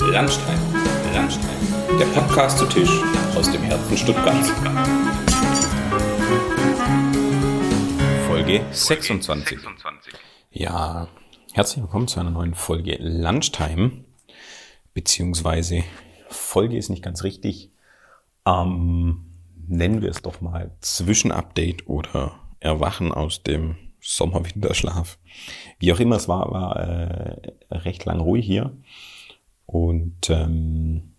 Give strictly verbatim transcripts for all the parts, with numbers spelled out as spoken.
Landstein, Landstein, der Podcast zu Tisch aus dem Herzen Stuttgarts. Folge sechsundzwanzig. Ja, herzlich willkommen zu einer neuen Folge Lunchtime, beziehungsweise Folge ist nicht ganz richtig. Ähm, nennen wir es doch mal Zwischenupdate oder Erwachen aus dem Sommer-Winterschlaf. Wie auch immer, es war, war äh, recht lang ruhig hier und ähm,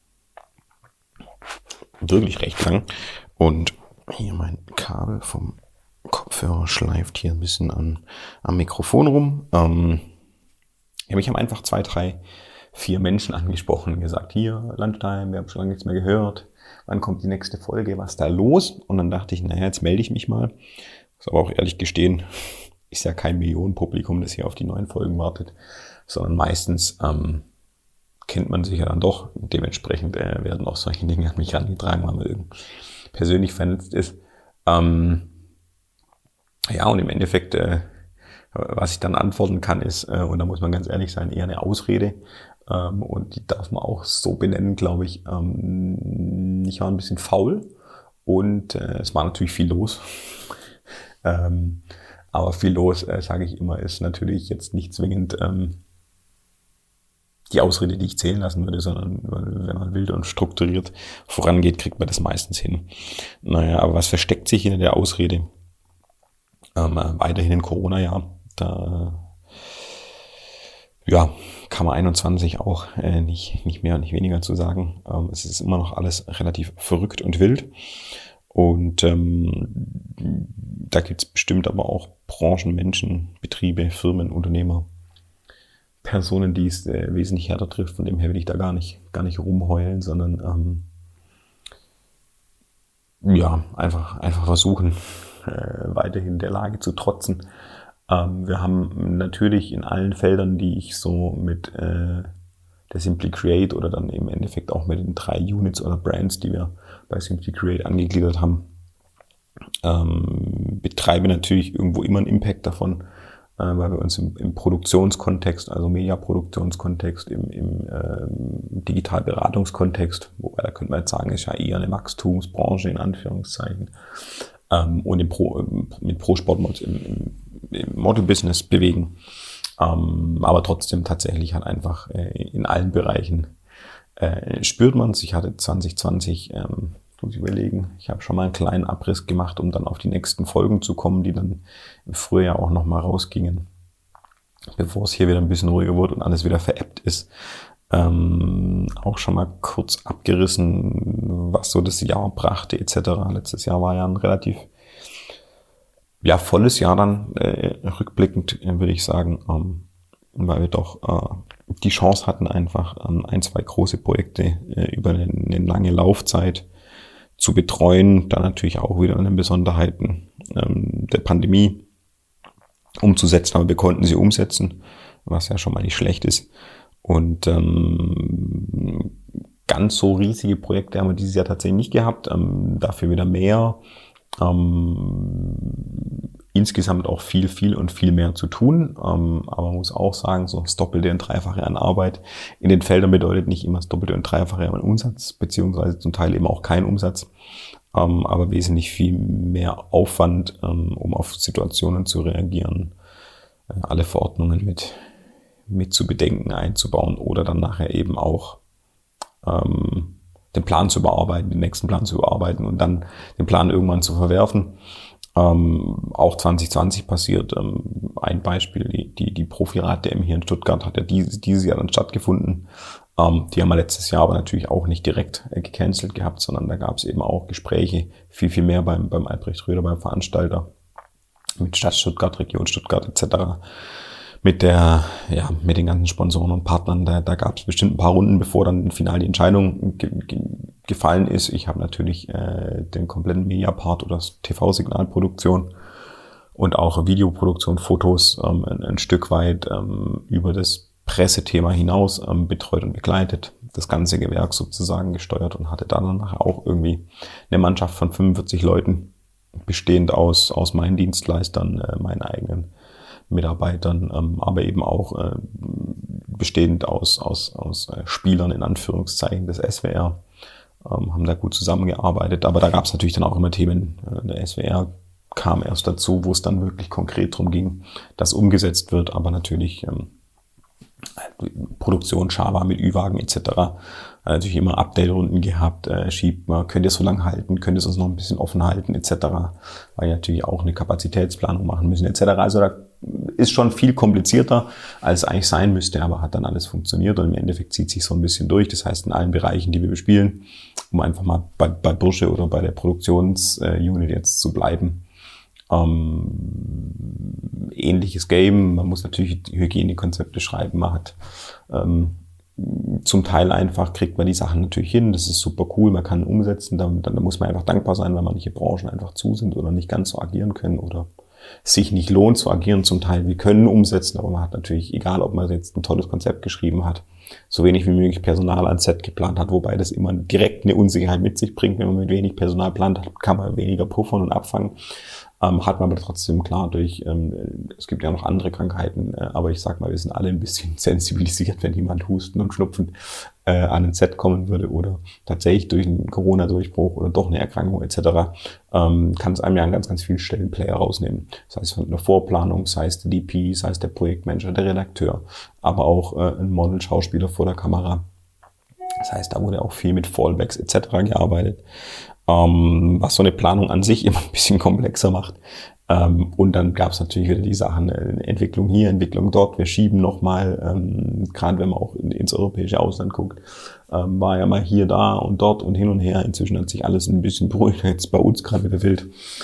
wirklich recht lang. Und hier mein Kabel vom Kopfhörer schleift hier ein bisschen an, am Mikrofon rum. Ähm, ja, mich haben einfach zwei, drei, vier Menschen angesprochen und gesagt, hier, Lunchtime, wir haben schon lange nichts mehr gehört. Wann kommt die nächste Folge? Was ist da los? Und dann dachte ich, naja, jetzt melde ich mich mal. Muss aber auch ehrlich gestehen, ist ja kein Millionenpublikum, das hier auf die neuen Folgen wartet, sondern meistens ähm, kennt man sich ja dann doch. Dementsprechend äh, werden auch solche Dinge an mich herangetragen, weil man irgendwie persönlich vernetzt ist. Ähm, ja, und im Endeffekt, äh, was ich dann antworten kann, ist, äh, und da muss man ganz ehrlich sein, eher eine Ausrede. Ähm, und die darf man auch so benennen, glaube ich. Ähm, ich war ein bisschen faul und äh, es war natürlich viel los. ähm, aber viel los, äh, sage ich immer, ist natürlich jetzt nicht zwingend ähm, die Ausrede, die ich zählen lassen würde, sondern wenn man wild und strukturiert vorangeht, kriegt man das meistens hin. Naja, aber was versteckt sich hinter der Ausrede? Ähm, äh, weiterhin im Corona-Jahr, da ja, kann man einundzwanzig auch äh, nicht, nicht mehr, nicht weniger zu sagen. Ähm, es ist immer noch alles relativ verrückt und wild. Und ähm, da gibt es bestimmt aber auch Branchen, Menschen, Betriebe, Firmen, Unternehmer, Personen, die es äh, wesentlich härter trifft. Von dem her will ich da gar nicht, gar nicht rumheulen, sondern ähm, ja, einfach, einfach versuchen, äh, weiterhin der Lage zu trotzen. Ähm, wir haben natürlich in allen Feldern, die ich so mit äh, der Simply Create oder dann im Endeffekt auch mit den drei Units oder Brands, die wir bei Simply Create angegliedert haben, ähm, betreibe natürlich irgendwo immer einen Impact davon, äh, weil wir uns im, im Produktionskontext, also Mediaproduktionskontext, im, im äh, Digitalberatungskontext, wobei da könnte man jetzt sagen, ist ja eher eine Wachstumsbranche in Anführungszeichen, ähm, und im Pro, mit Pro-Sport im, im, im Model-Business bewegen. Ähm, aber trotzdem tatsächlich halt einfach äh, in allen Bereichen äh, spürt man es. Ich hatte zwanzig zwanzig, ähm, muss ich überlegen, ich habe schon mal einen kleinen Abriss gemacht, um dann auf die nächsten Folgen zu kommen, die dann im Frühjahr auch nochmal rausgingen, bevor es hier wieder ein bisschen ruhiger wurde und alles wieder veräppt ist. Ähm, auch schon mal kurz abgerissen, was so das Jahr brachte et cetera. Letztes Jahr war ja ein relativ ja volles Jahr dann, äh, rückblickend äh, würde ich sagen, ähm, weil wir doch äh, die Chance hatten, einfach ähm, ein, zwei große Projekte äh, über eine, eine lange Laufzeit zu betreuen, dann natürlich auch wieder an den Besonderheiten ähm, der Pandemie umzusetzen, aber wir konnten sie umsetzen, was ja schon mal nicht schlecht ist. Und ähm, ganz so riesige Projekte haben wir dieses Jahr tatsächlich nicht gehabt, ähm, dafür wieder mehr. Ähm, insgesamt auch viel, viel und viel mehr zu tun, ähm, aber man muss auch sagen, so das Doppelte und Dreifache an Arbeit in den Feldern bedeutet nicht immer das Doppelte und Dreifache an Umsatz, beziehungsweise zum Teil eben auch kein Umsatz, ähm, aber wesentlich viel mehr Aufwand, ähm, um auf Situationen zu reagieren, äh, alle Verordnungen mit, mit zu bedenken, einzubauen oder dann nachher eben auch ähm, den Plan zu überarbeiten, den nächsten Plan zu überarbeiten und dann den Plan irgendwann zu verwerfen. Ähm, auch zwanzig zwanzig passiert. Ähm, ein Beispiel, die, die, die Profi-Rad-D M hier in Stuttgart hat ja dieses, dieses Jahr dann stattgefunden. Ähm, die haben wir letztes Jahr aber natürlich auch nicht direkt äh, gecancelt gehabt, sondern da gab es eben auch Gespräche, viel, viel mehr beim, beim Albrecht Röder, beim Veranstalter, mit Stadt Stuttgart, Region Stuttgart et cetera, mit der, ja, mit den ganzen Sponsoren und Partnern, da, da gab es bestimmt ein paar Runden, bevor dann final die Entscheidung ge, ge, gefallen ist. Ich habe natürlich äh, den kompletten Media-Part oder T V-Signalproduktion und auch Videoproduktion, Fotos ähm, ein, ein Stück weit ähm, über das Pressethema hinaus ähm, betreut und begleitet, das ganze Gewerk sozusagen gesteuert und hatte dann nachher auch irgendwie eine Mannschaft von fünfundvierzig Leuten, bestehend aus, aus meinen Dienstleistern, äh, meinen eigenen Mitarbeitern, ähm, aber eben auch äh, bestehend aus, aus, aus äh, Spielern in Anführungszeichen des S W R, ähm, haben da gut zusammengearbeitet. Aber da gab es natürlich dann auch immer Themen. Äh, der S W R kam erst dazu, wo es dann wirklich konkret darum ging, dass umgesetzt wird, aber natürlich ähm, Produktion Java mit Ü-Wagen et cetera. Äh, natürlich immer Update-Runden gehabt, äh, schiebt man, könnt ihr es so lang halten, könnt ihr es uns noch ein bisschen offen halten et cetera. Weil wir natürlich auch eine Kapazitätsplanung machen müssen et cetera. Also da ist schon viel komplizierter, als es eigentlich sein müsste, aber hat dann alles funktioniert und im Endeffekt zieht sich so ein bisschen durch. Das heißt, in allen Bereichen, die wir bespielen, um einfach mal bei, bei Bursche oder bei der Produktionsunit jetzt zu bleiben, Ähm, ähnliches Game. Man muss natürlich Hygienekonzepte schreiben. Man hat ähm, zum Teil einfach, kriegt man die Sachen natürlich hin. Das ist super cool. Man kann umsetzen. Da, da muss man einfach dankbar sein, weil manche Branchen einfach zu sind oder nicht ganz so agieren können oder sich nicht lohnt zu agieren. Zum Teil, wir können umsetzen, aber man hat natürlich, egal ob man jetzt ein tolles Konzept geschrieben hat, so wenig wie möglich Personal ans Set geplant hat, wobei das immer direkt eine Unsicherheit mit sich bringt. Wenn man mit wenig Personal plant, kann man weniger puffern und abfangen. Ähm, hat man aber trotzdem klar durch, ähm, es gibt ja noch andere Krankheiten, äh, aber ich sag mal, wir sind alle ein bisschen sensibilisiert, wenn jemand husten und schnupfen äh, an ein Set kommen würde oder tatsächlich durch einen Corona-Durchbruch oder doch eine Erkrankung et cetera, ähm, kann es einem ja an ganz, ganz vielen Stellen Player rausnehmen. Das heißt, von der Vorplanung, sei es der D P, sei es der Projektmanager, der Redakteur, aber auch äh, ein Model, Schauspieler vor der Kamera. Das heißt, da wurde auch viel mit Fallbacks et cetera gearbeitet, ähm, was so eine Planung an sich immer ein bisschen komplexer macht. Ähm, und dann gab es natürlich wieder die Sachen, äh, Entwicklung hier, Entwicklung dort, wir schieben nochmal, ähm, gerade wenn man auch in, ins europäische Ausland guckt, ähm, war ja mal hier, da und dort und hin und her. Inzwischen hat sich alles ein bisschen beruhigt, jetzt bei uns gerade wieder wild.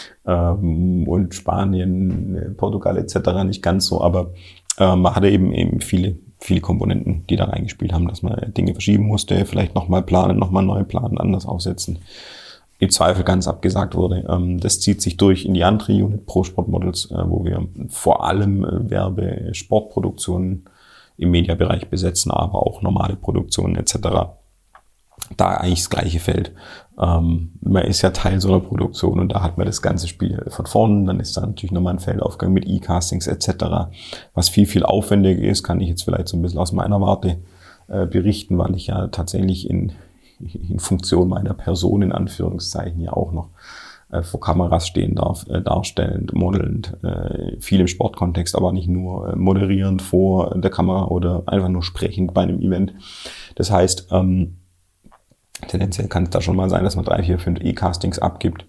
Ähm, und Spanien, Portugal et cetera nicht ganz so, aber äh, man hatte eben eben viele viele Komponenten, die da reingespielt haben, dass man Dinge verschieben musste, vielleicht nochmal planen, nochmal neu planen, anders aufsetzen. Im Zweifel ganz abgesagt wurde. Das zieht sich durch in die andere Unit Pro Sport Models, wo wir vor allem Werbe-, Sportproduktionen im Mediabereich besetzen, aber auch normale Produktionen et cetera. Da eigentlich das gleiche Feld. Ähm, man ist ja Teil so einer Produktion und da hat man das ganze Spiel von vorne. Dann ist da natürlich nochmal ein Feldaufgang mit E-Castings et cetera. Was viel, viel aufwendiger ist, kann ich jetzt vielleicht so ein bisschen aus meiner Warte äh, berichten, weil ich ja tatsächlich in, in Funktion meiner Person in Anführungszeichen ja auch noch äh, vor Kameras stehen darf, äh, darstellend, modelnd, äh, viel im Sportkontext, aber nicht nur äh, moderierend vor der Kamera oder einfach nur sprechend bei einem Event. Das heißt, ähm, tendenziell kann es da schon mal sein, dass man drei, vier, fünf E-Castings abgibt,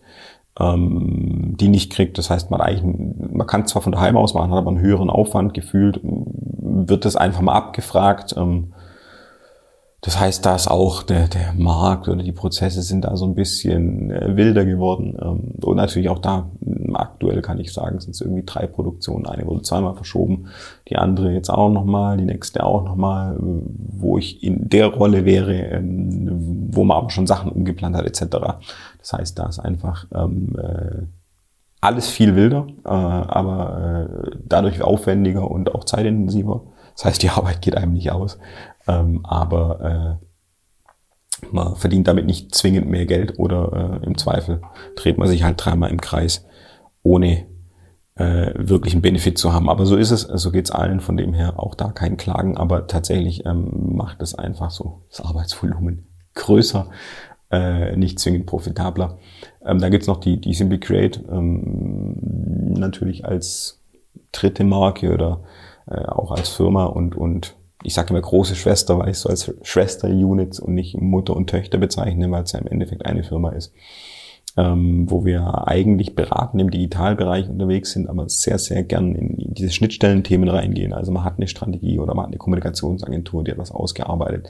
ähm, die nicht kriegt. Das heißt, man eigentlich, man kann zwar von daheim aus machen, hat aber einen höheren Aufwand gefühlt, wird das einfach mal abgefragt. Ähm, das heißt, da ist auch der, der Markt oder die Prozesse sind da so ein bisschen äh, wilder geworden. Ähm, und natürlich auch da, aktuell kann ich sagen, sind es irgendwie drei Produktionen. Eine wurde zweimal verschoben, die andere jetzt auch nochmal, die nächste auch nochmal, wo ich in der Rolle wäre, ähm, wo man aber schon Sachen umgeplant hat et cetera. Das heißt, da ist einfach ähm, äh, alles viel wilder, äh, aber äh, dadurch aufwendiger und auch zeitintensiver. Das heißt, die Arbeit geht einem nicht aus. Ähm, aber äh, man verdient damit nicht zwingend mehr Geld oder äh, im Zweifel dreht man sich halt dreimal im Kreis, ohne äh, wirklich einen Benefit zu haben. Aber so ist es, so geht's allen, von dem her auch da kein Klagen, aber tatsächlich ähm, macht es einfach so das Arbeitsvolumen größer, äh, nicht zwingend profitabler. Ähm, da gibt's noch die, die Simply Create, ähm, natürlich als dritte Marke oder äh, auch als Firma und und ich sage immer große Schwester, weil ich so als Schwester-Units und nicht Mutter und Töchter bezeichne, weil es ja im Endeffekt eine Firma ist, ähm, wo wir eigentlich beratend im Digitalbereich unterwegs sind, aber sehr, sehr gern in, in diese Schnittstellenthemen reingehen. Also man hat eine Strategie oder man hat eine Kommunikationsagentur, die hat was ausgearbeitet.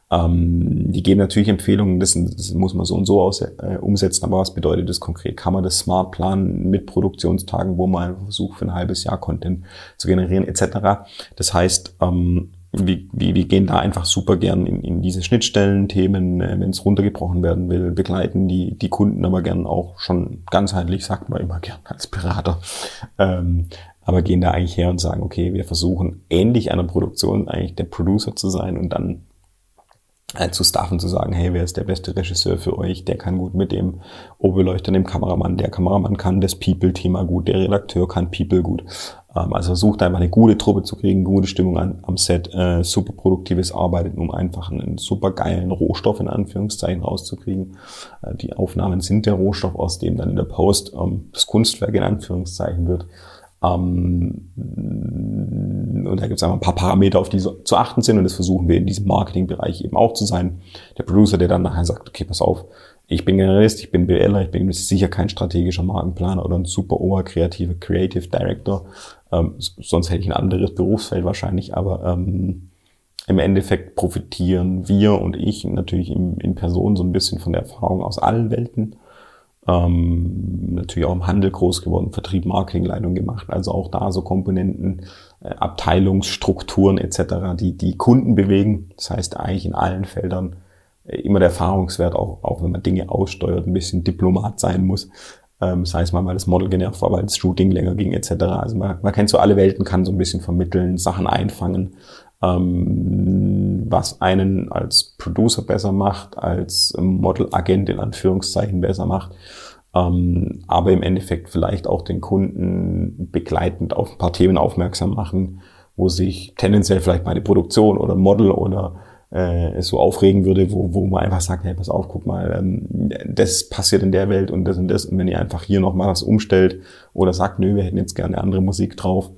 Ähm, die geben natürlich Empfehlungen, das, das muss man so und so aus, äh, umsetzen, aber was bedeutet das konkret? Kann man das smart planen mit Produktionstagen, wo man versucht, für ein halbes Jahr Content zu generieren et cetera. Das heißt, ähm, Wir, wir, wir gehen da einfach super gern in, in diese Schnittstellen-Themen, äh, wenn es runtergebrochen werden will, begleiten die die Kunden aber gern auch schon ganzheitlich, sagt man immer gern als Berater, ähm, aber gehen da eigentlich her und sagen, okay, wir versuchen ähnlich einer Produktion eigentlich der Producer zu sein und dann äh, zu staffen, zu sagen, hey, wer ist der beste Regisseur für euch? Der kann gut mit dem Oberbeleuchter, dem Kameramann. Der Kameramann kann das People-Thema gut. Der Redakteur kann People gut. Ähm, also versucht einfach eine gute Truppe zu kriegen, gute Stimmung an, am Set, äh, super produktives Arbeiten, um einfach einen super geilen Rohstoff in Anführungszeichen rauszukriegen. Äh, die Aufnahmen sind der Rohstoff, aus dem dann in der Post ähm, das Kunstwerk in Anführungszeichen wird. Um, und da gibt es einfach ein paar Parameter, auf die so, zu achten sind, und das versuchen wir in diesem Marketingbereich eben auch zu sein. Der Producer, der dann nachher sagt, okay, pass auf, ich bin Generalist, ich bin BWLer, ich bin sicher kein strategischer Markenplaner oder ein super oberkreativer Creative Director, ähm, sonst hätte ich ein anderes Berufsfeld wahrscheinlich, aber ähm, im Endeffekt profitieren wir und ich natürlich in, in Person so ein bisschen von der Erfahrung aus allen Welten. Ähm, natürlich auch im Handel groß geworden, Vertrieb, Marketingleitung gemacht, also auch da so Komponenten, äh, Abteilungsstrukturen et cetera, die die Kunden bewegen. Das heißt eigentlich in allen Feldern äh, immer der Erfahrungswert, auch, auch wenn man Dinge aussteuert, ein bisschen Diplomat sein muss. Ähm, sei es mal, weil das Model genervt war, weil das Shooting länger ging et cetera. Also man, man kennt so alle Welten, kann so ein bisschen vermitteln, Sachen einfangen, ähm, was einen als Producer besser macht, als Modelagent in Anführungszeichen besser macht, ähm, aber im Endeffekt vielleicht auch den Kunden begleitend auf ein paar Themen aufmerksam machen, wo sich tendenziell vielleicht mal eine Produktion oder ein Model oder äh, es so aufregen würde, wo, wo man einfach sagt, hey, pass auf, guck mal, ähm, das passiert in der Welt und das und das, und wenn ihr einfach hier nochmal was umstellt oder sagt, nö, wir hätten jetzt gerne andere Musik drauf,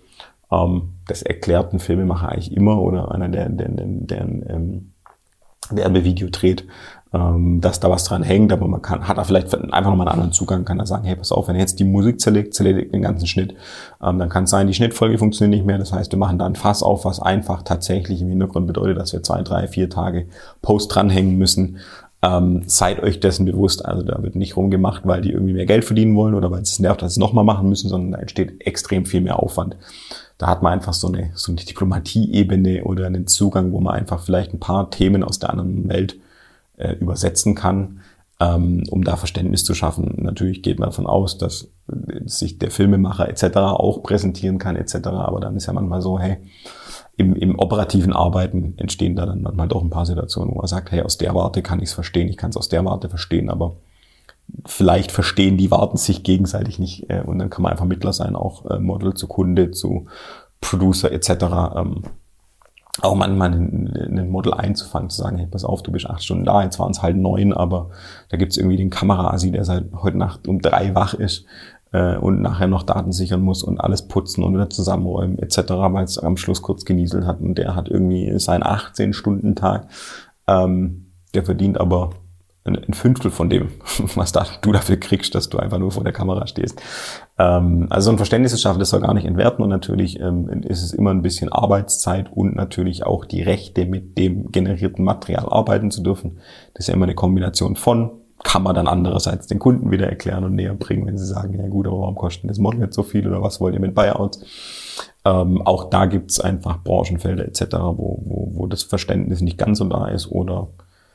das erklärt ein Filmemacher eigentlich immer, oder einer, der, der, der, der ein ähm, Werbevideo dreht, ähm, dass da was dran hängt, aber man kann, hat da vielleicht einfach nochmal einen anderen Zugang, kann da sagen, hey, pass auf, wenn ihr jetzt die Musik zerlegt, zerlegt den ganzen Schnitt, ähm, dann kann es sein, die Schnittfolge funktioniert nicht mehr, das heißt, wir machen da ein Fass auf, was einfach tatsächlich im Hintergrund bedeutet, dass wir zwei, drei, vier Tage Post dranhängen müssen. Ähm, seid euch dessen bewusst, also da wird nicht rumgemacht, weil die irgendwie mehr Geld verdienen wollen oder weil es nervt, dass sie es nochmal machen müssen, sondern da entsteht extrem viel mehr Aufwand. Da hat man einfach so eine, so eine Diplomatie-Ebene oder einen Zugang, wo man einfach vielleicht ein paar Themen aus der anderen Welt äh, übersetzen kann, ähm, um da Verständnis zu schaffen. Natürlich geht man davon aus, dass sich der Filmemacher et cetera auch präsentieren kann et cetera. Aber dann ist ja manchmal so, hey, im, im operativen Arbeiten entstehen da dann manchmal doch ein paar Situationen, wo man sagt, hey, aus der Warte kann ich es verstehen, ich kann es aus der Warte verstehen, aber vielleicht verstehen die Warten sich gegenseitig nicht, äh, und dann kann man einfach Mittler sein, auch äh, Model zu Kunde, zu Producer et cetera. Ähm, auch manchmal einen Model einzufangen, zu sagen, hey, pass auf, du bist acht Stunden da, jetzt waren es halt neun, aber da gibt's irgendwie den Kameraasi, der seit heute Nacht um drei wach ist äh, und nachher noch Daten sichern muss und alles putzen und wieder zusammenräumen et cetera, weil es am Schluss kurz genieselt hat, und der hat irgendwie seinen achtzehn-Stunden-Tag. Ähm, der verdient aber ein Fünftel von dem, was da, du dafür kriegst, dass du einfach nur vor der Kamera stehst. Ähm, also so ein Verständnis zu schaffen, das soll gar nicht entwerten, und natürlich ähm, ist es immer ein bisschen Arbeitszeit und natürlich auch die Rechte, mit dem generierten Material arbeiten zu dürfen. Das ist ja immer eine Kombination von, kann man dann andererseits den Kunden wieder erklären und näher bringen, wenn sie sagen, ja gut, aber warum kostet das Model jetzt so viel oder was wollt ihr mit Buyouts? Ähm, auch da gibt's einfach Branchenfelder et cetera, wo, wo, wo das Verständnis nicht ganz so da ist, oder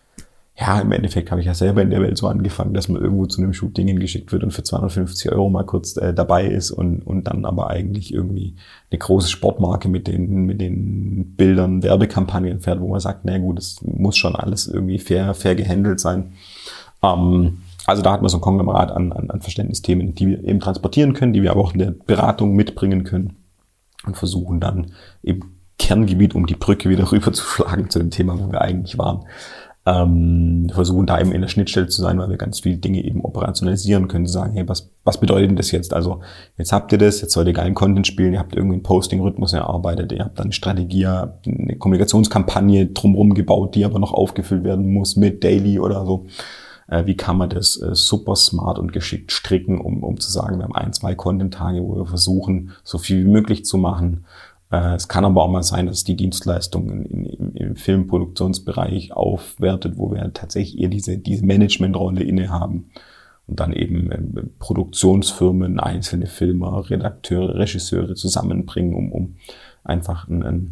ja, im Endeffekt habe ich ja selber in der Welt so angefangen, dass man irgendwo zu einem Shooting hingeschickt wird und für zweihundertfünfzig Euro mal kurz äh, dabei ist und und dann aber eigentlich irgendwie eine große Sportmarke mit den mit den Bildern, Werbekampagnen fährt, wo man sagt, na gut, das muss schon alles irgendwie fair fair gehandelt sein. Ähm, also da hat man so ein Konglomerat an, an, an Verständnisthemen, die wir eben transportieren können, die wir aber auch in der Beratung mitbringen können, und versuchen dann im Kerngebiet, um die Brücke wieder rüber zu schlagen zu dem Thema, wo wir eigentlich waren, Ähm, versuchen da eben in der Schnittstelle zu sein, weil wir ganz viele Dinge eben operationalisieren können, zu sagen, hey, was was bedeutet denn das jetzt? Also jetzt habt ihr das, jetzt sollt ihr geilen Content spielen, ihr habt irgendwie einen Posting-Rhythmus erarbeitet, ihr habt dann eine Strategie, eine Kommunikationskampagne drumherum gebaut, die aber noch aufgefüllt werden muss mit Daily oder so. Äh, wie kann man das äh, super smart und geschickt stricken, um um zu sagen, wir haben ein, zwei Content-Tage, wo wir versuchen, so viel wie möglich zu machen. Es kann aber auch mal sein, dass die Dienstleistungen im, im Filmproduktionsbereich aufwertet, wo wir tatsächlich eher diese, diese Managementrolle innehaben und dann eben äh, Produktionsfirmen, einzelne Filmer, Redakteure, Regisseure zusammenbringen, um, um einfach ein, ein,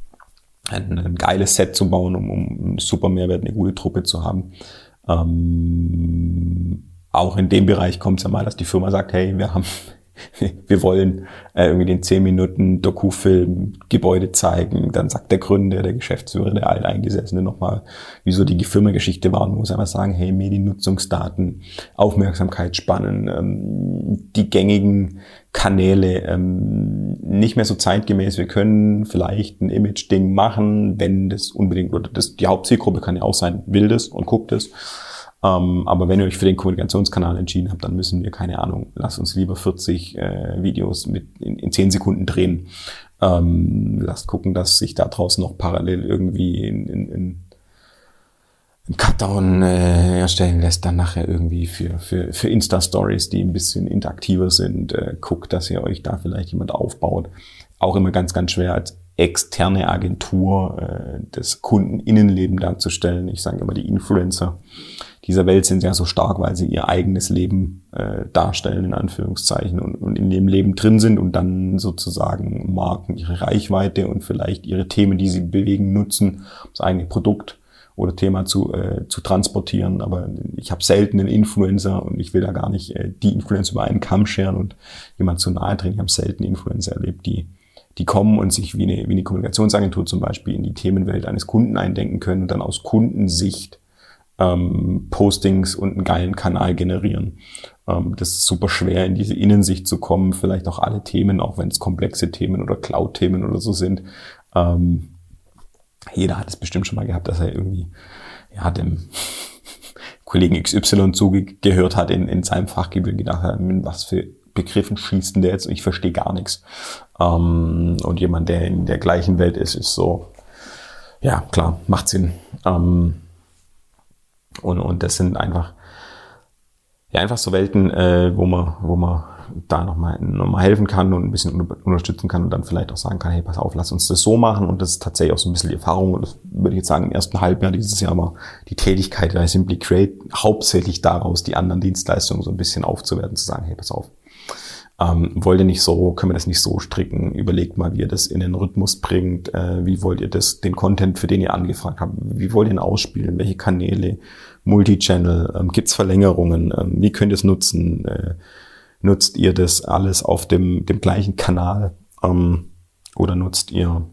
ein, ein geiles Set zu bauen, um, um einen super Mehrwert, eine gute Truppe zu haben. Ähm, auch in dem Bereich kommt es ja mal, dass die Firma sagt, hey, wir haben wir wollen äh, irgendwie den zehn Minuten Dokufilm Gebäude zeigen, dann sagt der Gründer, der Geschäftsführer, der Alteingesessene nochmal, wieso die Firmengeschichte war, und muss einfach sagen, hey, Mediennutzungsdaten, Aufmerksamkeitsspannen, ähm, die gängigen Kanäle, ähm, nicht mehr so zeitgemäß. Wir können vielleicht ein Image-Ding machen, wenn das unbedingt, oder das, die Hauptzielgruppe kann ja auch sein, will das und guckt es. Ähm, aber wenn ihr euch für den Kommunikationskanal entschieden habt, dann müssen wir, keine Ahnung, lasst uns lieber vierzig äh, Videos mit in, in zehn Sekunden drehen. Ähm, lasst gucken, dass sich da draußen noch parallel irgendwie in, in, in ein Cutdown äh, erstellen lässt, dann nachher irgendwie für für für Insta-Stories, die ein bisschen interaktiver sind. Äh, guckt, dass ihr euch da vielleicht jemand aufbaut. Auch immer ganz, ganz schwer als externe Agentur äh, das Kundeninnenleben darzustellen. Ich sage immer, die Influencer dieser Welt sind ja so stark, weil sie ihr eigenes Leben äh, darstellen, in Anführungszeichen, und, und in dem Leben drin sind und dann sozusagen Marken ihre Reichweite und vielleicht ihre Themen, die sie bewegen, nutzen, um das eigene Produkt oder Thema zu äh, zu transportieren. Aber ich habe selten einen Influencer, und ich will da gar nicht äh, die Influencer über einen Kamm scheren und jemand zu nahe treten. Ich habe selten Influencer erlebt, die die kommen und sich wie eine, wie eine Kommunikationsagentur zum Beispiel in die Themenwelt eines Kunden eindenken können und dann aus Kundensicht ähm, Postings und einen geilen Kanal generieren. Ähm, das ist super schwer, in diese Innensicht zu kommen. Vielleicht auch alle Themen, auch wenn es komplexe Themen oder Cloud-Themen oder so sind. Ähm, Jeder hat es bestimmt schon mal gehabt, dass er irgendwie ja, dem Kollegen X Y zugehört hat in, in seinem Fachgebiet und gedacht hat, was für Begriffen schießt denn der jetzt? Ich verstehe gar nichts. Ähm, und jemand, der in der gleichen Welt ist, ist so, ja klar, macht Sinn. Ähm, und, und das sind einfach, ja, einfach so Welten, äh, wo man, wo man da nochmal noch mal helfen kann und ein bisschen unterstützen kann und dann vielleicht auch sagen kann, hey, pass auf, lass uns das so machen. Und das ist tatsächlich auch so ein bisschen die Erfahrung. Und das würde ich jetzt sagen, im ersten Halbjahr dieses Jahr war die Tätigkeit bei Simply Create hauptsächlich daraus, die anderen Dienstleistungen so ein bisschen aufzuwerten, zu sagen, hey, pass auf, ähm, wollt ihr nicht so, können wir das nicht so stricken, überlegt mal, wie ihr das in den Rhythmus bringt, äh, wie wollt ihr das, den Content, für den ihr angefragt habt, wie wollt ihr ihn ausspielen, welche Kanäle, Multichannel, ähm, gibt's Verlängerungen, ähm, wie könnt ihr es nutzen, äh, nutzt ihr das alles auf dem, dem gleichen Kanal, ähm, oder nutzt ihr,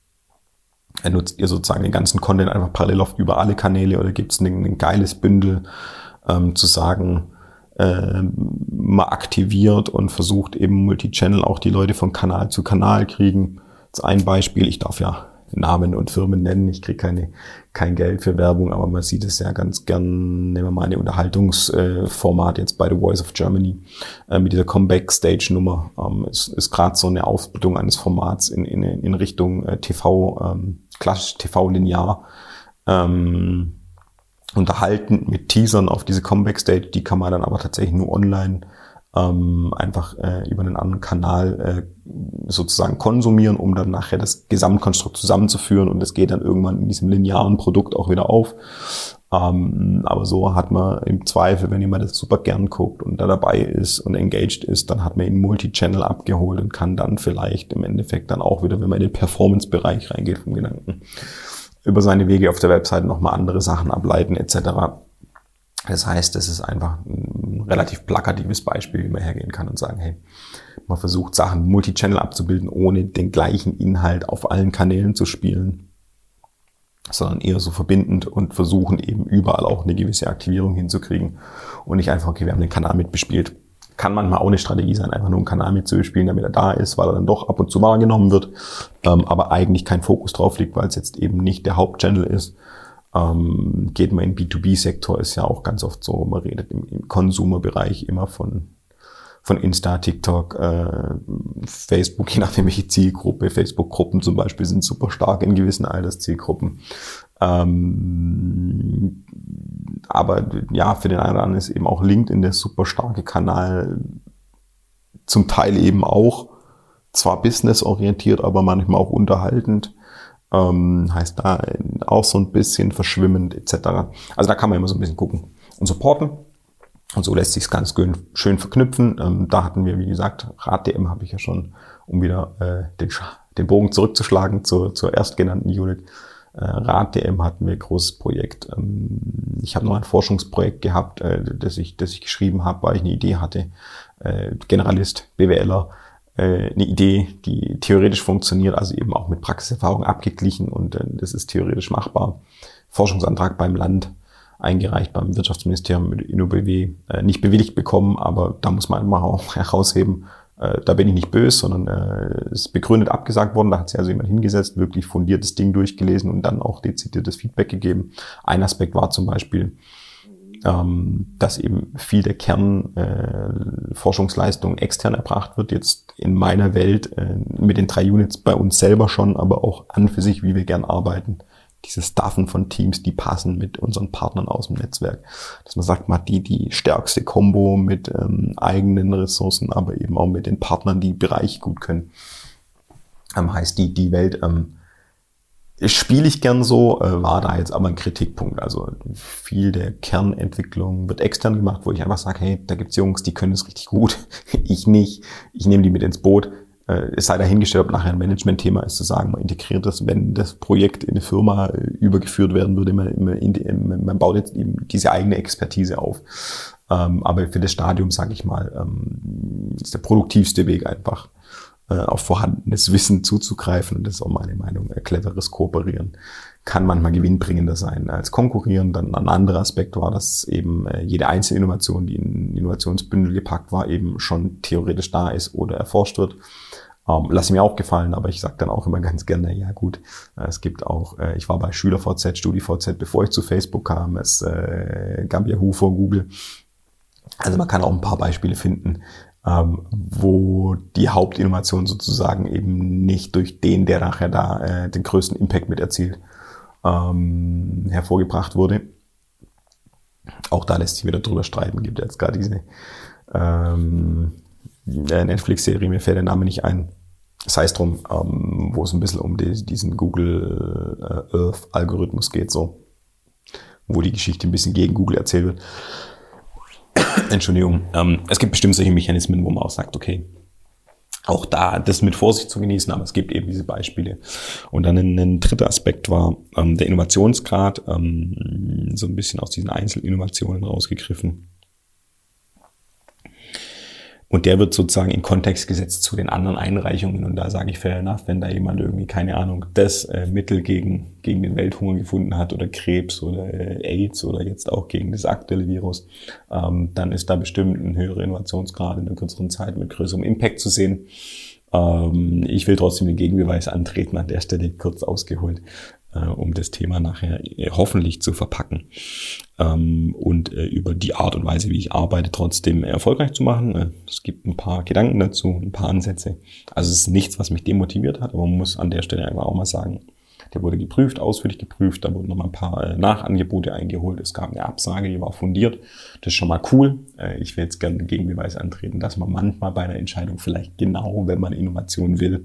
äh, nutzt ihr sozusagen den ganzen Content einfach parallel auf über alle Kanäle, oder gibt's ein, ein geiles Bündel, ähm, zu sagen, äh, mal aktiviert und versucht eben Multichannel auch die Leute von Kanal zu Kanal kriegen. Das ist ein Beispiel, ich darf ja Namen und Firmen nennen, ich kriege keine kein Geld für Werbung, aber man sieht es ja ganz gern, nehmen wir mal eine Unterhaltungsformat äh, jetzt bei The Voice of Germany äh, mit dieser Comeback-Stage-Nummer. Ähm, ist ist gerade so eine Aufbildung eines Formats in in, in Richtung äh, T V, ähm, klassisch T V-linear, ähm, unterhalten mit Teasern auf diese Comeback-Stage, die kann man dann aber tatsächlich nur online ähm, einfach äh, über einen anderen Kanal äh, sozusagen konsumieren, um dann nachher das Gesamtkonstrukt zusammenzuführen, und das geht dann irgendwann in diesem linearen Produkt auch wieder auf. Ähm, aber so hat man im Zweifel, wenn jemand das super gern guckt und da dabei ist und engaged ist, dann hat man ihn Multichannel abgeholt und kann dann vielleicht im Endeffekt dann auch wieder, wenn man in den Performance-Bereich reingeht vom Gedanken, über seine Wege auf der Webseite nochmal andere Sachen ableiten et cetera. Das heißt, das ist einfach ein relativ plakatives Beispiel, wie man hergehen kann und sagen, hey, man versucht Sachen Multichannel abzubilden, ohne den gleichen Inhalt auf allen Kanälen zu spielen, sondern eher so verbindend und versuchen eben überall auch eine gewisse Aktivierung hinzukriegen und nicht einfach, okay, wir haben den Kanal mitbespielt. Kann manchmal auch eine Strategie sein, einfach nur einen Kanal mitzubespielen, damit er da ist, weil er dann doch ab und zu wahrgenommen wird, ähm, aber eigentlich kein Fokus drauf liegt, weil es jetzt eben nicht der Hauptchannel ist. Ähm, geht man in B zwei B-Sektor, ist ja auch ganz oft so, man redet im, im Consumer-Bereich immer von von Insta, TikTok, äh, Facebook, je nachdem welche Zielgruppe. Facebook-Gruppen zum Beispiel sind super stark in gewissen Alterszielgruppen. Ähm, aber ja, für den einen oder anderen ist eben auch LinkedIn der super starke Kanal, zum Teil eben auch, zwar businessorientiert, aber manchmal auch unterhaltend. Ähm, heißt da auch so ein bisschen verschwimmend et cetera. Also da kann man immer so ein bisschen gucken und supporten. Und so lässt sich es ganz schön verknüpfen. Ähm, da hatten wir, wie gesagt, Rad-D M habe ich ja schon, um wieder äh, den, den Bogen zurückzuschlagen zur, zur erstgenannten Unit. Äh, Rad-D M hatten wir, großes Projekt. Ähm, ich habe noch ein Forschungsprojekt gehabt, äh, das ich, das ich geschrieben habe, weil ich eine Idee hatte. Äh, Generalist, BWLer, äh, eine Idee, die theoretisch funktioniert, also eben auch mit Praxiserfahrung abgeglichen und äh, das ist theoretisch machbar. Forschungsantrag beim Land eingereicht, beim Wirtschaftsministerium mit I N O B W, äh, nicht bewilligt bekommen, aber da muss man immer auch herausheben, äh, da bin ich nicht böse, sondern äh, es ist begründet abgesagt worden, da hat sich also jemand hingesetzt, wirklich fundiertes Ding durchgelesen und dann auch dezidiertes Feedback gegeben. Ein Aspekt war zum Beispiel, ähm, dass eben viel der Kernforschungsleistung äh, extern erbracht wird, jetzt in meiner Welt äh, mit den drei Units bei uns selber schon, aber auch an für sich, wie wir gern arbeiten. Dieses Staffen von Teams, die passen mit unseren Partnern aus dem Netzwerk. Dass man sagt, man hat die, die stärkste Kombo mit ähm, eigenen Ressourcen, aber eben auch mit den Partnern, die Bereich gut können. Ähm, heißt, die, die Welt ähm, spiele ich gern so, äh, war da jetzt aber ein Kritikpunkt. Also viel der Kernentwicklung wird extern gemacht, wo ich einfach sage, hey, da gibt's Jungs, die können es richtig gut. Ich nicht. Ich nehme die mit ins Boot. Es sei dahingestellt, ob nachher ein Management-Thema ist, zu sagen, man integriert das, wenn das Projekt in eine Firma übergeführt werden würde, man, man, man baut jetzt eben diese eigene Expertise auf. Aber für das Stadium, sage ich mal, ist der produktivste Weg einfach, auf vorhandenes Wissen zuzugreifen. Und das ist auch meine Meinung. Cleveres Kooperieren kann manchmal gewinnbringender sein als konkurrieren. Dann ein anderer Aspekt war, dass eben jede einzelne Innovation, die in Innovationsbündel gepackt war, eben schon theoretisch da ist oder erforscht wird. Ähm, lasse mir auch gefallen, aber ich sage dann auch immer ganz gerne, ja gut, es gibt auch, äh, ich war bei SchülerVZ, StudiVZ, bevor ich zu Facebook kam, es äh, gab Yahoo vor Google. Also man kann auch ein paar Beispiele finden, ähm, wo die Hauptinnovation sozusagen eben nicht durch den, der nachher da äh, den größten Impact mit erzielt, ähm, hervorgebracht wurde. Auch da lässt sich wieder drüber streiten, gibt jetzt gerade diese ähm, Netflix-Serie, mir fällt der Name nicht ein, sei es drum, ähm, wo es ein bisschen um die, diesen Google äh, Earth-Algorithmus geht, so, wo die Geschichte ein bisschen gegen Google erzählt wird. Entschuldigung, ähm, es gibt bestimmt solche Mechanismen, wo man auch sagt, okay, auch da das mit Vorsicht zu genießen, aber es gibt eben diese Beispiele. Und dann ein, ein dritter Aspekt war ähm, der Innovationsgrad, ähm, so ein bisschen aus diesen Einzelinnovationen rausgegriffen. Und der wird sozusagen in Kontext gesetzt zu den anderen Einreichungen. Und da sage ich fair enough, wenn da jemand irgendwie, keine Ahnung, das äh, Mittel gegen gegen den Welthunger gefunden hat oder Krebs oder äh, AIDS oder jetzt auch gegen das aktuelle Virus, ähm, dann ist da bestimmt ein höherer Innovationsgrad in einer kürzeren Zeit mit größerem Impact zu sehen. Ähm, ich will trotzdem den Gegenbeweis antreten, an der Stelle kurz ausgeholt, äh, um das Thema nachher äh, hoffentlich zu verpacken. Ähm, und äh, über die Art und Weise, wie ich arbeite, trotzdem erfolgreich zu machen. Äh, es gibt ein paar Gedanken dazu, ein paar Ansätze. Also es ist nichts, was mich demotiviert hat, aber man muss an der Stelle einfach auch mal sagen, der wurde geprüft, ausführlich geprüft, da wurden noch mal ein paar äh, Nachangebote eingeholt, es gab eine Absage, die war fundiert. Das ist schon mal cool. Äh, ich will jetzt gerne den Gegenbeweis antreten, dass man manchmal bei einer Entscheidung vielleicht genau, wenn man Innovation will,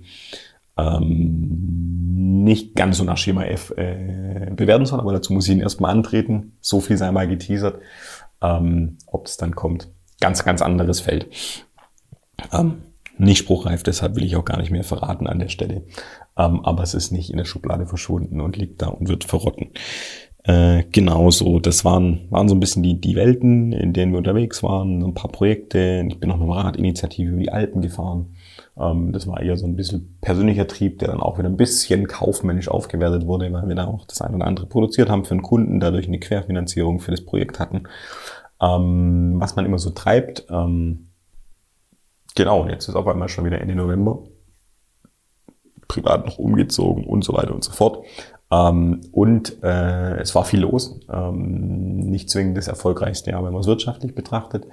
ähm, nicht ganz so nach Schema F äh, bewerten soll, aber dazu muss ich ihn erstmal antreten. So viel sei mal geteasert. Ähm, ob es dann kommt, ganz, ganz anderes Feld. Ähm, nicht spruchreif, deshalb will ich auch gar nicht mehr verraten an der Stelle. Ähm, aber es ist nicht in der Schublade verschwunden und liegt da und wird verrotten. Äh, genauso, das waren waren so ein bisschen die die Welten, in denen wir unterwegs waren, so ein paar Projekte. Ich bin noch mit dem Radinitiative über die Alpen gefahren. Ähm, das war eher so ein bisschen persönlicher Trieb, der dann auch wieder ein bisschen kaufmännisch aufgewertet wurde, weil wir da auch das eine oder andere produziert haben für einen Kunden, dadurch eine Querfinanzierung für das Projekt hatten. Ähm, was man immer so treibt. Ähm, genau, und jetzt ist auf einmal schon wieder Ende November. Privat noch umgezogen und so weiter und so fort. Ähm, und äh, es war viel los. Ähm, nicht zwingend das erfolgreichste Jahr, wenn man es wirtschaftlich betrachtet.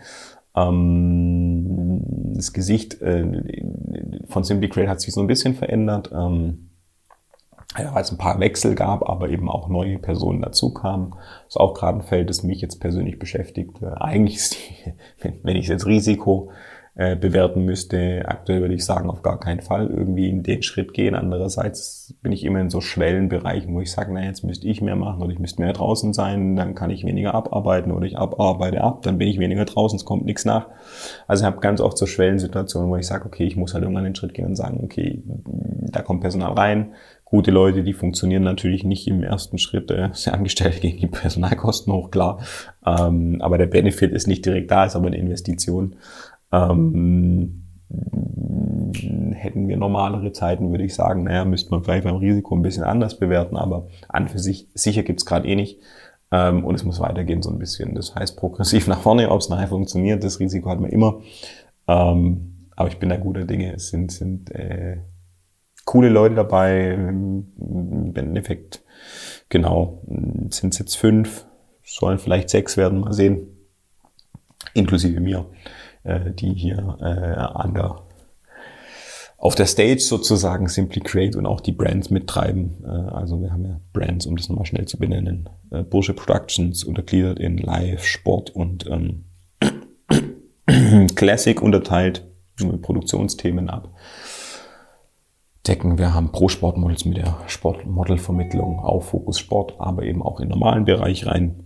Ähm, das Gesicht äh, von SimplyCreate hat sich so ein bisschen verändert. Ähm, ja, weil es ein paar Wechsel gab, aber eben auch neue Personen dazu kamen. Das ist auch gerade ein Feld, das mich jetzt persönlich beschäftigt. Äh, eigentlich ist die, wenn, wenn ich es jetzt Risiko Äh, bewerten müsste. Aktuell würde ich sagen, auf gar keinen Fall irgendwie in den Schritt gehen. Andererseits bin ich immer in so Schwellenbereichen, wo ich sage, na jetzt müsste ich mehr machen oder ich müsste mehr draußen sein, dann kann ich weniger abarbeiten oder ich abarbeite ab, dann bin ich weniger draußen, es kommt nichts nach. Also ich habe ganz oft so Schwellensituationen, wo ich sage, okay, ich muss halt irgendwann den Schritt gehen und sagen, okay, da kommt Personal rein, gute Leute, die funktionieren natürlich nicht im ersten Schritt. Äh, der Angestellte gegen die Personalkosten hoch, klar. Ähm, aber der Benefit ist nicht direkt da, ist aber eine Investition. Ähm, hätten wir normalere Zeiten, würde ich sagen, naja, müsste man vielleicht beim Risiko ein bisschen anders bewerten, aber an für sich sicher gibt's gerade eh nicht. Ähm, und es muss weitergehen so ein bisschen. Das heißt progressiv nach vorne, ob es nachher funktioniert, das Risiko hat man immer. Ähm, aber ich bin da guter Dinge. Es sind, sind äh, coole Leute dabei. Im Endeffekt, genau, sind es jetzt fünf, sollen vielleicht sechs werden, mal sehen. Inklusive mir, äh, die hier äh, an der auf der Stage sozusagen Simply Create und auch die Brands mittreiben. Also wir haben ja Brands, um das nochmal schnell zu benennen. Bursche Productions untergliedert in Live, Sport und ähm, Classic unterteilt, mit Produktionsthemen ab. Decken, wir haben Pro Sportmodels mit der Sportmodelvermittlung auf Fokus Sport, aber eben auch in den normalen Bereich rein.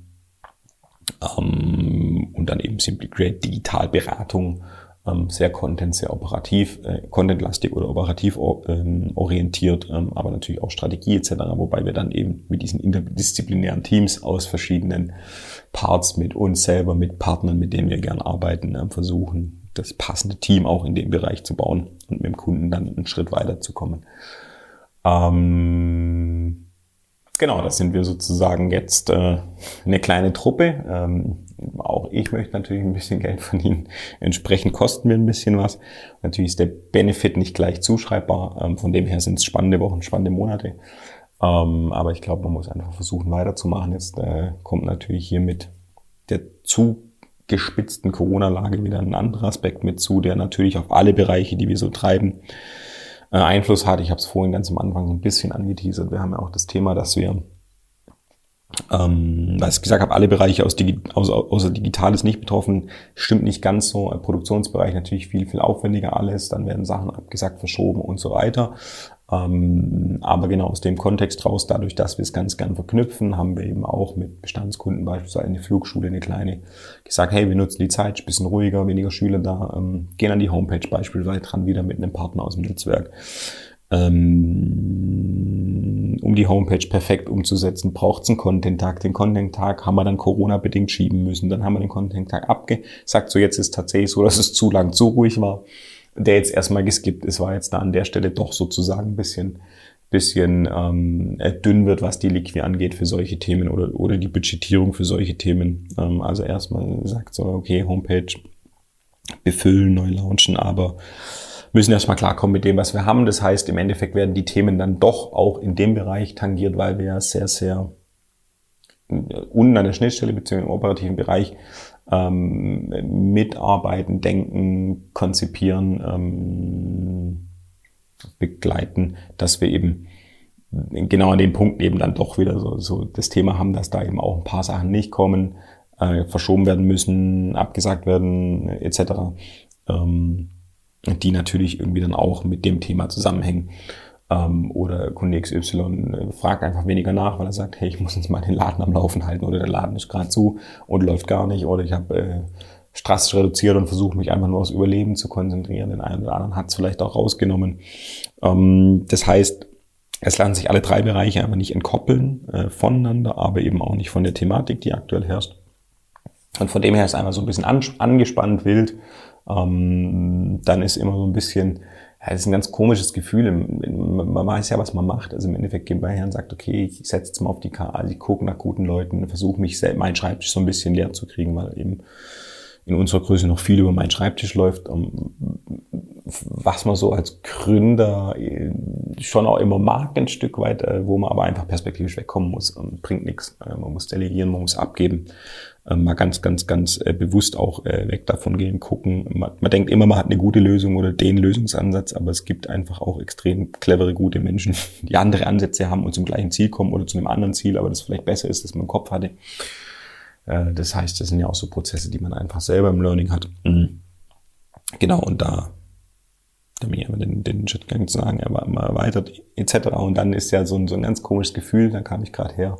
Ähm, und dann eben Simply Create Digitalberatung, sehr Content, sehr operativ, äh, contentlastig oder operativ ähm, orientiert, ähm, aber natürlich auch Strategie et cetera. Wobei wir dann eben mit diesen interdisziplinären Teams aus verschiedenen Parts mit uns selber, mit Partnern, mit denen wir gern arbeiten, äh, versuchen, das passende Team auch in dem Bereich zu bauen und mit dem Kunden dann einen Schritt weiterzukommen. Ähm, genau, das sind wir sozusagen jetzt äh, eine kleine Truppe. Ähm, Auch ich möchte natürlich ein bisschen Geld verdienen. Entsprechend kosten wir ein bisschen was. Natürlich ist der Benefit nicht gleich zuschreibbar. Von dem her sind es spannende Wochen, spannende Monate. Aber ich glaube, man muss einfach versuchen, weiterzumachen. Jetzt kommt natürlich hier mit der zugespitzten Corona-Lage wieder ein anderer Aspekt mit zu, der natürlich auf alle Bereiche, die wir so treiben, Einfluss hat. Ich habe es vorhin ganz am Anfang so ein bisschen angeteasert. Wir haben ja auch das Thema, dass wir Ähm, was ich gesagt habe, alle Bereiche aus Digi- außer, außer digital ist nicht betroffen, stimmt nicht ganz so. Im Produktionsbereich natürlich viel, viel aufwendiger alles, dann werden Sachen abgesagt, verschoben und so weiter. Ähm, aber genau aus dem Kontext raus, dadurch, dass wir es ganz gern verknüpfen, haben wir eben auch mit Bestandskunden beispielsweise eine Flugschule, eine kleine, gesagt, hey, wir nutzen die Zeit, ein bisschen ruhiger, weniger Schüler da, ähm, gehen an die Homepage beispielsweise dran, wieder mit einem Partner aus dem Netzwerk. Ähm, um die Homepage perfekt umzusetzen, braucht es einen Content-Tag. Den Content-Tag haben wir dann Corona-bedingt schieben müssen. Dann haben wir den Content-Tag abgesagt. So, jetzt ist tatsächlich so, dass es zu lang, zu ruhig war. Der jetzt erstmal geskippt ist, war jetzt da an der Stelle doch sozusagen ein bisschen, bisschen ähm, dünn wird, was die Liquid angeht für solche Themen oder, oder die Budgetierung für solche Themen. Ähm, also erstmal sagt so, okay, Homepage befüllen, neu launchen, aber müssen erstmal klarkommen mit dem, was wir haben. Das heißt, im Endeffekt werden die Themen dann doch auch in dem Bereich tangiert, weil wir ja sehr, sehr unten an der Schnittstelle bzw. im operativen Bereich ähm, mitarbeiten, denken, konzipieren, ähm, begleiten, dass wir eben genau an den Punkten eben dann doch wieder so, so das Thema haben, dass da eben auch ein paar Sachen nicht kommen, äh, verschoben werden müssen, abgesagt werden et cetera. Ähm, die natürlich irgendwie dann auch mit dem Thema zusammenhängen. Ähm, oder Kunde X Y fragt einfach weniger nach, weil er sagt, hey, ich muss jetzt mal den Laden am Laufen halten oder der Laden ist gerade zu und läuft gar nicht oder ich habe äh, drastisch reduziert und versuche mich einfach nur aufs Überleben zu konzentrieren. Den einen oder anderen hat es vielleicht auch rausgenommen. Ähm, das heißt, es lassen sich alle drei Bereiche einfach nicht entkoppeln äh, voneinander, aber eben auch nicht von der Thematik, die aktuell herrscht. Und von dem her ist einfach so ein bisschen an, angespannt, wild. Ähm, dann ist immer so ein bisschen, ja, das ist ein ganz komisches Gefühl. Man weiß ja, was man macht. Also im Endeffekt geht man her und sagt, okay, ich setze jetzt mal auf die Karte, also ich gucke nach guten Leuten, versuche mich selbst, meinen Schreibtisch so ein bisschen leer zu kriegen, weil eben in unserer Größe noch viel über meinen Schreibtisch läuft. Was man so als Gründer schon auch immer mag, ein Stück weit, wo man aber einfach perspektivisch wegkommen muss. Bringt nichts. Man muss delegieren, man muss abgeben. Mal ganz, ganz, ganz bewusst auch weg davon gehen, gucken. Man, man denkt immer, man hat eine gute Lösung oder den Lösungsansatz, aber es gibt einfach auch extrem clevere, gute Menschen, die andere Ansätze haben und zum gleichen Ziel kommen oder zu einem anderen Ziel, aber das vielleicht besser ist, das man im Kopf hatte. Das heißt, das sind ja auch so Prozesse, die man einfach selber im Learning hat. Genau, und da, da bin ich aber den, den Schritt gar nicht zu sagen, er war immer erweitert, et cetera. Und dann ist ja so ein, so ein ganz komisches Gefühl, da kam ich gerade her,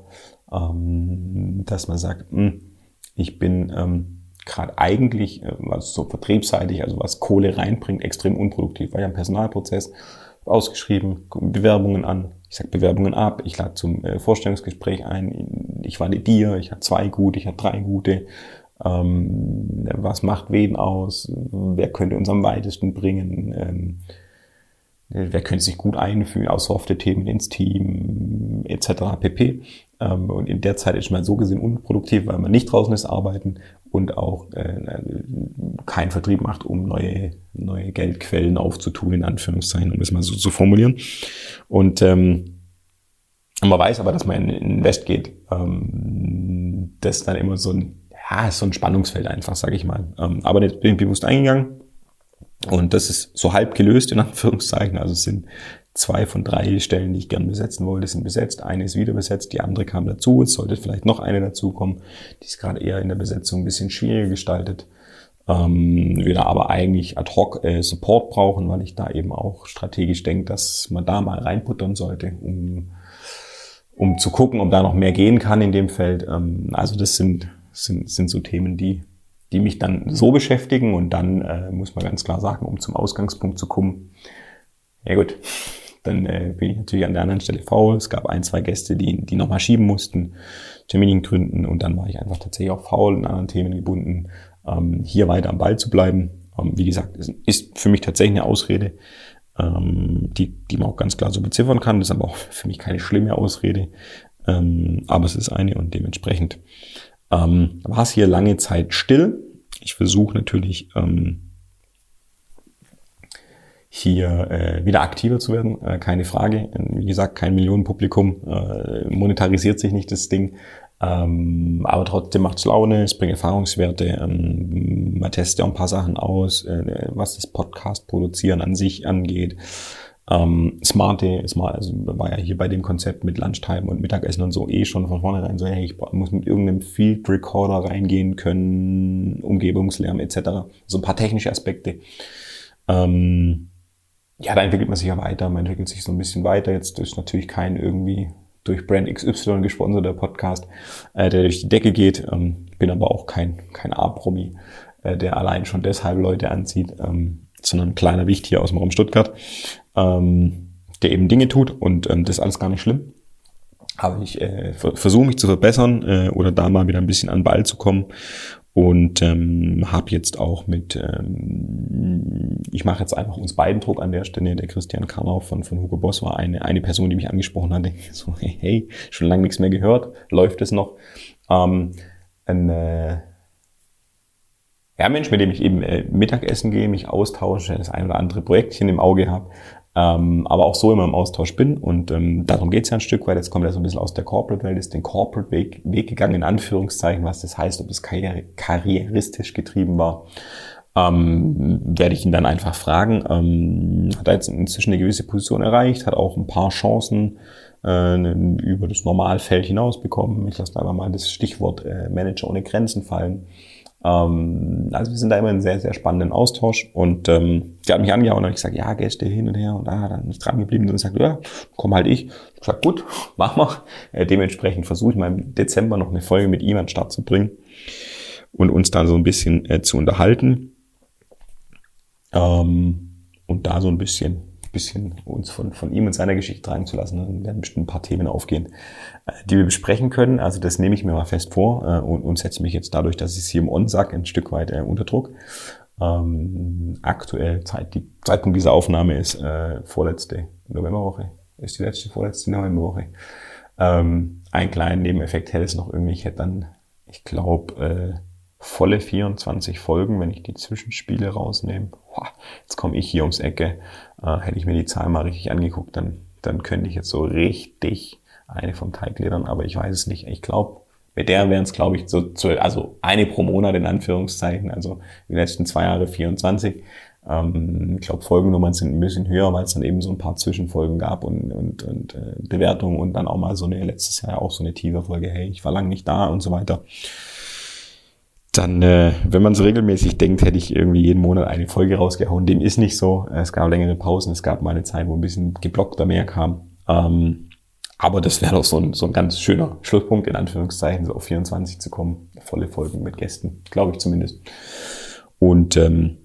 dass man sagt, ich bin ähm, gerade eigentlich, äh, was so vertriebsseitig, also was Kohle reinbringt, extrem unproduktiv, weil ich am Personalprozess ausgeschrieben, Bewerbungen an, ich sag Bewerbungen ab, ich lade zum äh, Vorstellungsgespräch ein, ich validiere, ich habe zwei gute, ich habe drei gute, ähm, was macht wen aus, wer könnte uns am weitesten bringen, ähm, wer könnte sich gut einfügen, aus softe Themen ins Team, et cetera pp. Ähm, und in der Zeit ist man so gesehen unproduktiv, weil man nicht draußen ist arbeiten und auch äh, keinen Vertrieb macht, um neue neue Geldquellen aufzutun, in Anführungszeichen, um das mal so zu formulieren. Und ähm, man weiß aber, dass man in Invest geht. Ähm, das ist dann immer so ein, ja, so ein Spannungsfeld einfach, sage ich mal. Ähm, aber jetzt bin ich bewusst eingegangen und das ist so halb gelöst, in Anführungszeichen. Also es sind zwei von drei Stellen, die ich gern besetzen wollte, sind besetzt. Eine ist wieder besetzt, die andere kam dazu. Es sollte vielleicht noch eine dazukommen. Die ist gerade eher in der Besetzung ein bisschen schwieriger gestaltet. Ähm, wir da aber eigentlich ad hoc äh, Support brauchen, weil ich da eben auch strategisch denke, dass man da mal reinputtern sollte, um, um zu gucken, ob da noch mehr gehen kann in dem Feld. Ähm, also das sind, sind, sind so Themen, die, die mich dann so beschäftigen. Und dann äh, muss man ganz klar sagen, um zum Ausgangspunkt zu kommen, ja gut, dann äh, bin ich natürlich an der anderen Stelle faul. Es gab ein, zwei Gäste, die die nochmal schieben mussten, terminlichen Gründen. Und dann war ich einfach tatsächlich auch faul, in anderen Themen gebunden, ähm, hier weiter am Ball zu bleiben. Ähm, wie gesagt, es ist für mich tatsächlich eine Ausrede, ähm, die die man auch ganz klar so beziffern kann. Das ist aber auch für mich keine schlimme Ausrede. Ähm, aber es ist eine und dementsprechend ähm, war es hier lange Zeit still. Ich versuche natürlich ähm, hier äh, wieder aktiver zu werden, äh, keine Frage. Wie gesagt, kein Millionenpublikum, äh, monetarisiert sich nicht das Ding, ähm, aber trotzdem macht's Laune, es bringt Erfahrungswerte, ähm, man testet ja auch ein paar Sachen aus, äh, was das Podcast-Produzieren an sich angeht. Ähm, smarte, smart, also war ja hier bei dem Konzept mit Lunchtime und Mittagessen und so eh schon von vornherein so, hey, ich muss mit irgendeinem Field Recorder reingehen können, Umgebungslärm et cetera. So ein paar technische Aspekte. Ähm, Ja, da entwickelt man sich ja weiter, man entwickelt sich so ein bisschen weiter. Jetzt ist natürlich kein irgendwie durch Brand X Y gesponserter Podcast, äh, der durch die Decke geht. Ähm, bin aber auch kein kein A-Promi, äh, der allein schon deshalb Leute anzieht, ähm, sondern ein kleiner Wicht hier aus dem Raum Stuttgart, ähm, der eben Dinge tut und ähm, das ist alles gar nicht schlimm. Aber ich äh, versuche mich zu verbessern äh, oder da mal wieder ein bisschen an den Ball zu kommen. Und ähm, habe jetzt auch mit, ähm, ich mache jetzt einfach uns beiden Druck an der Stelle. Der Christian Karnau von von Hugo Boss war eine eine Person, die mich angesprochen hatte. So, hey, hey schon lange nichts mehr gehört, läuft es noch? Ähm, ein äh, ja, Mensch, mit dem ich eben äh, Mittagessen gehe, mich austausche, das ein oder andere Projektchen im Auge habe, ähm, aber auch so immer im Austausch bin. Und ähm, darum geht's ja ein Stück weit. Jetzt kommt er so ein bisschen aus der Corporate-Welt, ist den Corporate-Weg Weg gegangen, in Anführungszeichen, was das heißt, ob es karriere, karrieristisch getrieben war. Ähm, werde ich ihn dann einfach fragen. Ähm, hat er jetzt inzwischen eine gewisse Position erreicht, hat auch ein paar Chancen äh, über das Normalfeld hinaus bekommen. Ich lasse einfach mal das Stichwort äh, Manager ohne Grenzen fallen. Also wir sind da immer in einem sehr, sehr spannenden Austausch und ähm, der hat mich angehauen und ich gesagt, ja, Gäste hin und her und ah, dann ist dran geblieben und ich sagt, ja, komm halt ich. Ich sag, gut, mach mal. Äh, dementsprechend versuche ich mal im Dezember noch eine Folge mit ihm an den Start zu bringen und uns da so ein bisschen äh, zu unterhalten ähm, und da so ein bisschen bisschen uns von von ihm und seiner Geschichte tragen zu lassen. Dann werden bestimmt ein paar Themen aufgehen, die wir besprechen können. Also das nehme ich mir mal fest vor und, und setze mich jetzt dadurch, dass ich es hier im On sage, ein Stück weit äh, unter Druck. Ähm, aktuell, Zeit, die Zeitpunkt dieser Aufnahme ist äh, vorletzte Novemberwoche, ist die letzte, vorletzte Novemberwoche. Ähm, ein kleinen Nebeneffekt hätte es noch irgendwie, ich hätte dann, ich glaube, äh, volle vierundzwanzig Folgen, wenn ich die Zwischenspiele rausnehme. Boah, jetzt komme ich hier ums Ecke. Äh, hätte ich mir die Zahl mal richtig angeguckt, dann, dann könnte ich jetzt so richtig eine vom Teig ledern, aber ich weiß es nicht. Ich glaube, mit der wären es, glaube ich, so zwölf, also eine pro Monat in Anführungszeichen, also die letzten zwei Jahre vierundzwanzig. Ähm, ich glaube, Folgennummern sind ein bisschen höher, weil es dann eben so ein paar Zwischenfolgen gab und, und, und äh, Bewertungen und dann auch mal so eine, letztes Jahr auch so eine Teaser-Folge, hey, ich war lange nicht da und so weiter. Dann, äh, wenn man so regelmäßig denkt, hätte ich irgendwie jeden Monat eine Folge rausgehauen. Dem ist nicht so. Es gab längere Pausen, es gab mal eine Zeit, wo ein bisschen geblockter mehr kam. Ähm, aber das wäre doch so ein, so ein ganz schöner Schlusspunkt, in Anführungszeichen, so auf vierundzwanzig zu kommen. Volle Folgen mit Gästen, glaube ich zumindest. Und ähm,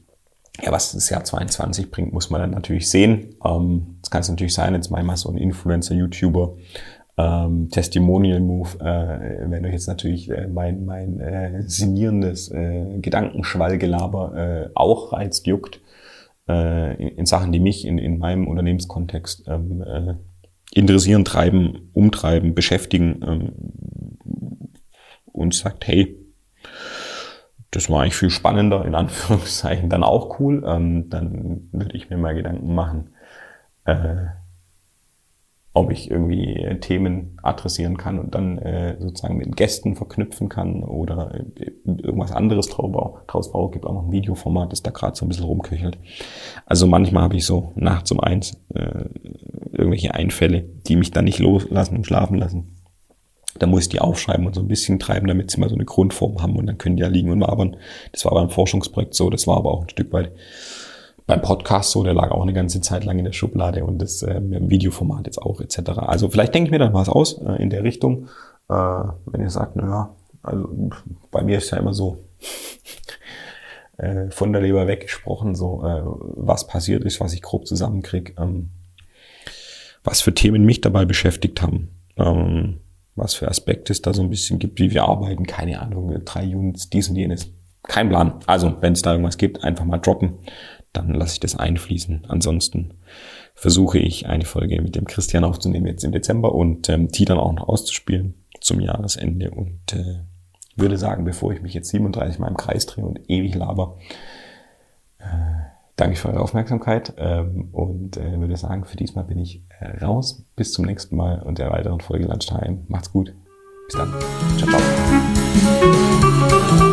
Ja, was das Jahr zweiundzwanzig bringt, muss man dann natürlich sehen. Ähm, das kann es natürlich sein, jetzt mal so ein Influencer, YouTuber, ähm, Testimonial-Move, äh, wenn euch jetzt natürlich äh, mein, mein äh, sinierendes äh, Gedankenschwallgelaber äh, auch reizt, juckt, äh, in, in Sachen, die mich in, in meinem Unternehmenskontext ähm, äh, interessieren, treiben, umtreiben, beschäftigen ähm, und sagt, hey, das war eigentlich viel spannender, in Anführungszeichen, dann auch cool. Ähm, dann würde ich mir mal Gedanken machen, äh, ob ich irgendwie Themen adressieren kann und dann äh, sozusagen mit Gästen verknüpfen kann oder äh, irgendwas anderes draus, draus baue. Gibt auch noch ein Videoformat, das da gerade so ein bisschen rumköchelt. Also manchmal habe ich so nachts um eins äh, irgendwelche Einfälle, die mich dann nicht loslassen und schlafen lassen. Da muss ich die aufschreiben und so ein bisschen treiben, damit sie mal so eine Grundform haben und dann können die ja liegen und wabern. Das war beim Forschungsprojekt so, das war aber auch ein Stück weit beim Podcast so, der lag auch eine ganze Zeit lang in der Schublade und das äh, im Videoformat jetzt auch et cetera. Also vielleicht denke ich mir dann was aus äh, in der Richtung, äh, wenn ihr sagt, naja, also bei mir ist ja immer so äh, von der Leber weggesprochen, so äh, was passiert ist, was ich grob zusammenkriege, ähm, was für Themen mich dabei beschäftigt haben, ähm, was für Aspekte es da so ein bisschen gibt, wie wir arbeiten, keine Ahnung, drei Units, dies und jenes, kein Plan. Also wenn es da irgendwas gibt, einfach mal droppen, dann lasse ich das einfließen. Ansonsten versuche ich eine Folge mit dem Christian aufzunehmen jetzt im Dezember und ähm, die dann auch noch auszuspielen zum Jahresende und äh, würde sagen, bevor ich mich jetzt siebenunddreißig Mal im Kreis drehe und ewig laber, äh, danke für eure Aufmerksamkeit ähm, und äh, würde sagen, für diesmal bin ich äh, raus. Bis zum nächsten Mal und der weiteren Folge Lunchtime. Macht's gut. Bis dann. Ciao, ciao.